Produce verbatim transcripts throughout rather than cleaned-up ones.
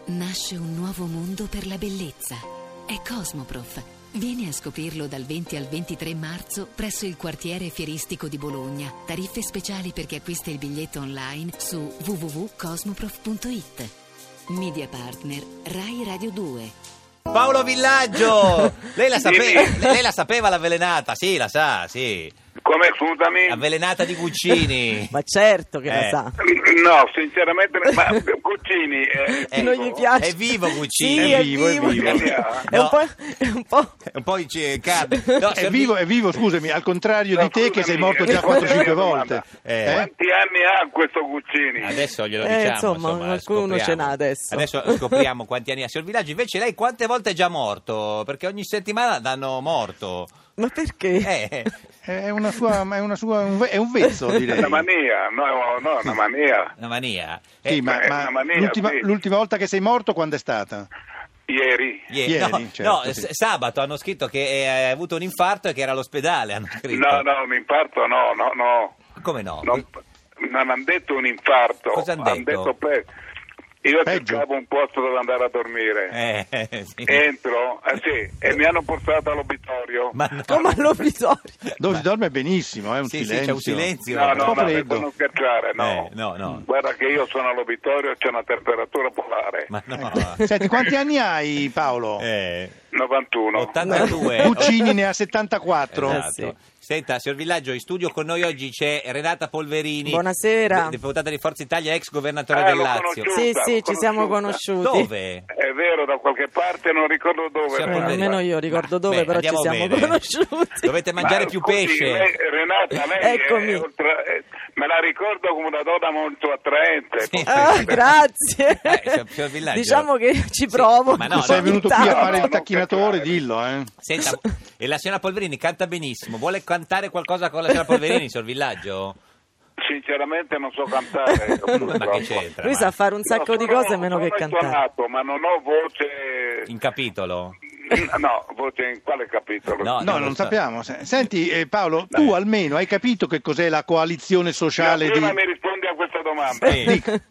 nasce un nuovo mondo per la bellezza. È Cosmoprof. Vieni a scoprirlo dal venti al ventitré marzo presso il quartiere fieristico di Bologna. Tariffe speciali per chi acquista il biglietto online su w w w punto cosmoprof punto i t. Media partner Rai Radio due. Paolo Villaggio! Lei la sapeva, lei la sapeva l'avvelenata? Sì, la sa, sì. Come, scusami? Avvelenata di Guccini. Ma certo che Eh. la sa. No, sinceramente, ma Guccini è Eh, Non gli piace. È vivo Guccini. Sì, è, è vivo, vivo. è vivo. È No, un po', è un po'. è un po' in c- carne. No, È signor vivo, Vi- è vivo, scusami, al contrario No, di te che sei scusami, morto già eh, quattro cinque domanda. volte. Eh. Eh? Quanti anni ha questo Guccini? Adesso glielo Eh, diciamo, insomma, insomma, qualcuno scopriamo. ce n'ha adesso. Adesso scopriamo quanti anni ha. Signor Villaggio, invece lei quante volte è già morto? Perché ogni settimana danno morto. Ma perché? Eh, È una sua, è una sua, un ve- è un vezzo, direi. Una mania, no, no, una mania. una mania. Sì, Eh, ma, è ma una mania, l'ultima, sì. l'ultima volta che sei morto quando è stata? Ieri. ieri- ieri, no, certo, no, sì. s- sabato hanno scritto che ha avuto un infarto e che era all'ospedale. Hanno scritto. No, no, un infarto no, no, no. Come no? Non, non hanno detto un infarto. Cosa han Han detto? pe- Io Peggio. cercavo un posto dove andare a dormire. Eh, eh, sì. Entro, eh sì, e mi hanno portato all'obitorio. Ma no. Come all'obitorio. Dove si dorme benissimo, è un Sì, sì, silenzio. c'è un silenzio. No, un no, po' no, freddo. per non scherzare, no. Eh, no, no. Guarda che io sono all'obitorio e c'è una temperatura polare. Ma no. Senti, quanti anni hai, Paolo? Eh, novantuno. ottantadue. Guccini ne ha settantaquattro. Esatto. Eh, sì. Senta, signor Villaggio, in studio con noi oggi c'è Renata Polverini. Buonasera. de- deputata di Forza Italia, ex governatore Eh, del l'ho Lazio. conosciuto. Sì, sì, l'ho ci siamo conosciuta. conosciuti. Dove? È vero, da qualche parte, non ricordo dove. Signor Eh, Polverini. almeno io ricordo dove, Beh, però ci andiamo siamo bene. conosciuti. Dovete mangiare Ma più scusi, pesce. lei- Renata, lei Eccomi. è oltre- eh, me la ricordo come una donna molto attraente. Sì. Ah, grazie. Eh, signor- signor Villaggio. Diciamo che ci provo. ma no, Sei no. venuto qui a fare No, il non tacchinatore, scherzare. dillo, eh. Senta, e la signora Polverini canta benissimo. Vuole cantare qualcosa con la signora Polverini, signor Villaggio? Sinceramente non so cantare. Ma purtroppo. che c'entra? Lui ma- sa fare un No, sacco di sono- cose meno che sono cantare. intonato, ma non ho voce. In capitolo? No, voce in quale capitolo? No, No, lo non so. sappiamo. Se- Senti, eh, Paolo, tu almeno hai capito che cos'è la coalizione La sociale di... prima mi rispondi a questa domanda. Sì.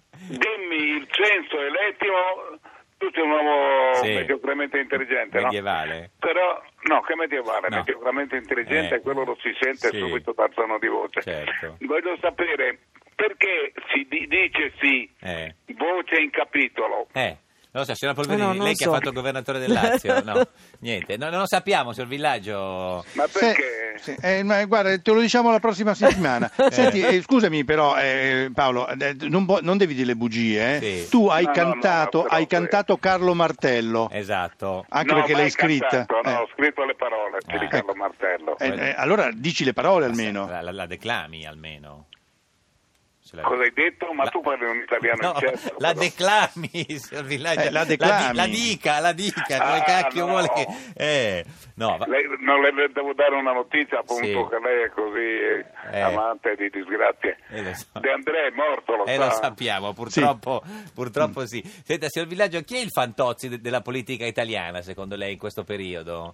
Dimmi il censo elettivo. Tu sei un uomo Sì. mediocremente intelligente, no? Medievale. Però, no, che medievale? No. Mediocramente intelligente, Eh. quello lo si sente Sì. subito dal tono di voce. Certo. Voglio sapere perché si di- dice sì, Eh. voce in capitolo. Eh. Non lo so, signora Polverini, Eh no, non lei che so. ha fatto il governatore del Lazio, no, niente, no, non lo sappiamo, signor Villaggio. Ma Se- perché? sì, eh, ma guarda, te lo diciamo la prossima settimana. Senti, eh, scusami però, eh, Paolo, eh, non, po- non devi dire le bugie. Eh. Sì. Tu hai No, no, cantato, no, no, però, hai cantato Carlo Martello, Esatto. anche No, perché mai l'hai scritta. cantato, no, Eh. ho scritto le parole Ah. di Carlo Martello. Eh, eh, allora dici le parole almeno. La, la- la declami almeno. Se la- Cosa hai detto? Ma La- tu parli un italiano No, incerto. la però. declami, signor Villaggio. Eh, la di- declami. La, dica, la dica, come Ah, cacchio no. vuole che... Eh, no, va- Lei- non le devo dare una notizia appunto Sì. che lei è così Eh. amante di disgrazie. Eh, lo so. De André è morto, lo Eh, sa. lo sappiamo, purtroppo sì. Purtroppo sì. Senta, signor Villaggio, chi è il Fantozzi de- della politica italiana, secondo lei, in questo periodo?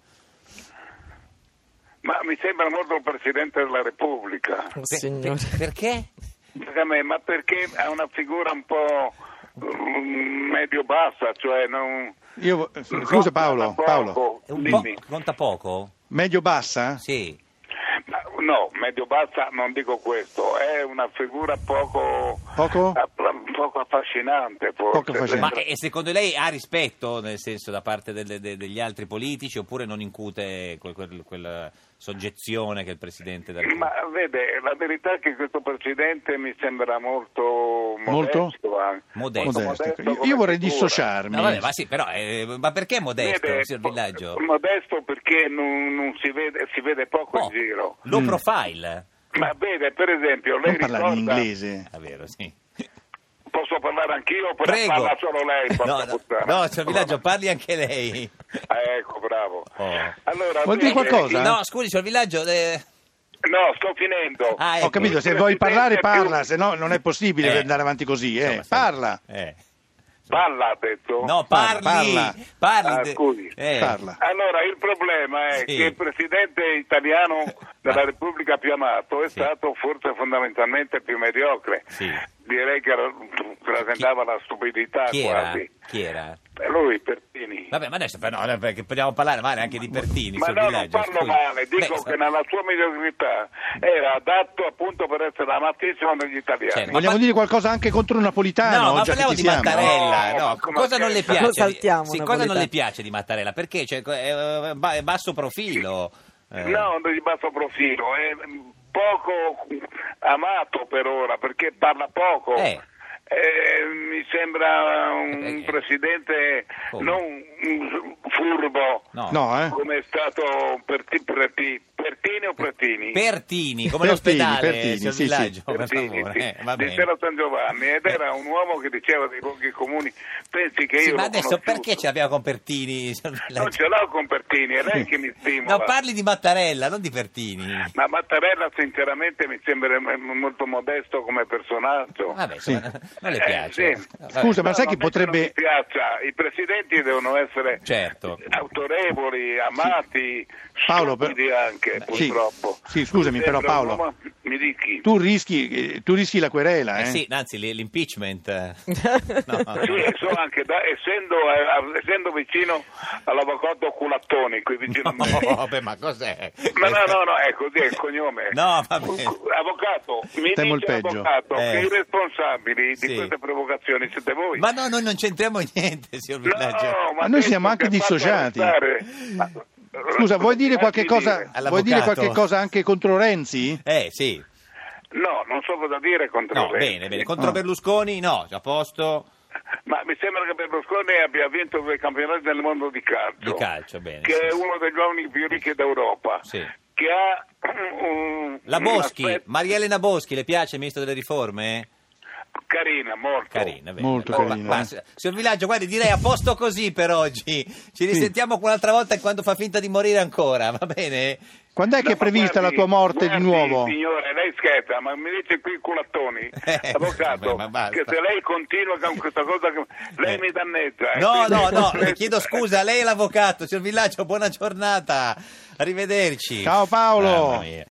Ma mi sembra molto il Presidente della Repubblica. Oh, Per- signore. per- perché? Perché a me- ma perché ha una figura un po' mm, medio-bassa, cioè non... Io, eh, scusa Paolo, poco. Paolo, È un po', Dimmi. conta poco? medio bassa? Sì. Ma- No, medio-bassa non dico questo, è una figura poco... Poco? eh, poco affascinante forse. Poco affascinante. Ma e secondo lei ha rispetto, nel senso, da parte delle- de- degli altri politici, oppure non incute quel- quel- quella soggezione che il Presidente della Ma vede, la verità è che questo Presidente mi sembra molto Molto? modesto. anche. Modesto. Molto Modesto. modesto Io, come io vorrei figura. dissociarmi. No, vabbè, ma sì, però, eh, ma perché modesto, Vede, signor Villaggio? Modesto perché non, non si, vede, si vede poco Oh, in giro. low Mm. profile. Ma vede, per esempio, lei Non parlare in ricorda... inglese. È vero, sì. Posso parlare anch'io o Prego. parla solo lei? No, porca no, puttana? no, signor Villaggio, parli anche lei. Eh, ecco, bravo. Oh. Allora, Vuol dire vede, qualcosa? No, scusi, signor Villaggio... eh, No, sto finendo. Ah, Ho ecco. capito, se il vuoi Presidente parlare più- parla, se no non è possibile Eh. andare avanti così. Eh. Insomma, sì. Parla. Eh. Palla ha detto? No, parli, Parla. parli. Ah, de- scusi. eh. Parla. Allora, il problema è Sì. che il presidente italiano della Repubblica più amato è Sì. stato forse fondamentalmente più mediocre. Sì. Direi che era- presentava la stupidità Chi era? quasi. Chi era? E lui, Pertini. Vabbè, ma adesso no, no, perché vogliamo parlare male anche di Pertini. Ma sul no, non villaggio, parlo scusi. male, dico Beh, che nella sua mediocrità era adatto appunto per essere amatissimo dagli italiani. Certo. Vogliamo ma- dire qualcosa anche contro Napolitano? No, ma già che parliamo ci di siamo? Mattarella. No, No, ma come cosa non le scherzo? piace? Lo saltiamo, Sì, cosa Napolitano. non le piace di Mattarella? Perché cioè, è eh, ba- basso profilo. eh. No, di basso profilo, è poco amato per ora perché parla poco. Eh. Eh, mi sembra un Eh, eh. presidente Come? non un furbo No. No, eh? come è stato Perti- Perti- Pertini o Pertini? Pertini, come Pertini, l'ospedale, Pertini, signor sì, sì. Villaggio, per Pertini, favore. sì, Eh, va di bene. Sera San Giovanni, ed era un uomo che diceva dei luoghi comuni. Pensi che Sì, io ma l'ho adesso conosciuto. perché ce l'abbiamo con Pertini, signor Non Villaggio? ce l'ho con Pertini, è lei che mi stimola. No, parli di Mattarella, non di Pertini. Ma Mattarella sinceramente mi sembra m- molto modesto come personaggio. Vabbè, insomma, non le Eh, piace. sì. Vabbè. Scusa, ma No, sai non chi è non potrebbe... mi piaccia, i presidenti devono essere Certo. autorevoli, amati, Paolo, per- stupidi anche, Sì. purtroppo. Sì, scusami, Tu però, sembra un Paolo. uomo- Mi dichi? Tu rischi, eh, tu rischi la querela, eh? Eh sì, anzi, l- l'impeachment. eh. No. Sì, e so anche da- essendo, eh, essendo vicino all'avvocato Culattoni, qui vicino a me. No, vabbè, ma cos'è? Ma no, no, no, è così, è il cognome. No, vabbè. Avvocato, mi Temo il dice peggio. avvocato Eh. che i responsabili Sì. di queste provocazioni siete voi. Ma no, noi non c'entriamo niente, signor Villaggio. No, Ma noi siamo anche penso che dissociati. fatto arrestare- Ma- Scusa, vuoi dire qualche Lasci cosa, dire. vuoi dire All'avvocato. qualche cosa anche contro Renzi? Eh, sì. No, non so cosa dire contro No, Renzi. bene, bene. Contro No. Berlusconi, no, a posto. Ma mi sembra che Berlusconi abbia vinto due campionati del mondo di calcio. Di calcio, bene, Che sì, è sì. uno degli uomini più ricchi d'Europa. Sì. Che ha un, La un Boschi, aspetto- Maria Elena Boschi, le piace il ministro delle riforme? Carina, molto. Carina, bene. Molto Ma- carina, ma- eh. ma- signor Villaggio, guardi, direi a posto così per oggi. Ci risentiamo un'altra volta quando fa finta di morire ancora, va bene? Quando è che No, è prevista ma guardi, la tua morte guardi, di nuovo? Signore, lei scherza, ma mi dice qui Culattoni, Eh, avvocato, vabbè, ma basta. che se lei continua con questa cosa, che lei Eh. mi danneggia. eh, No, quindi- no, no, le chiedo scusa, lei è l'avvocato, signor Villaggio, buona giornata. Arrivederci. Ciao Paolo. Mamma mia.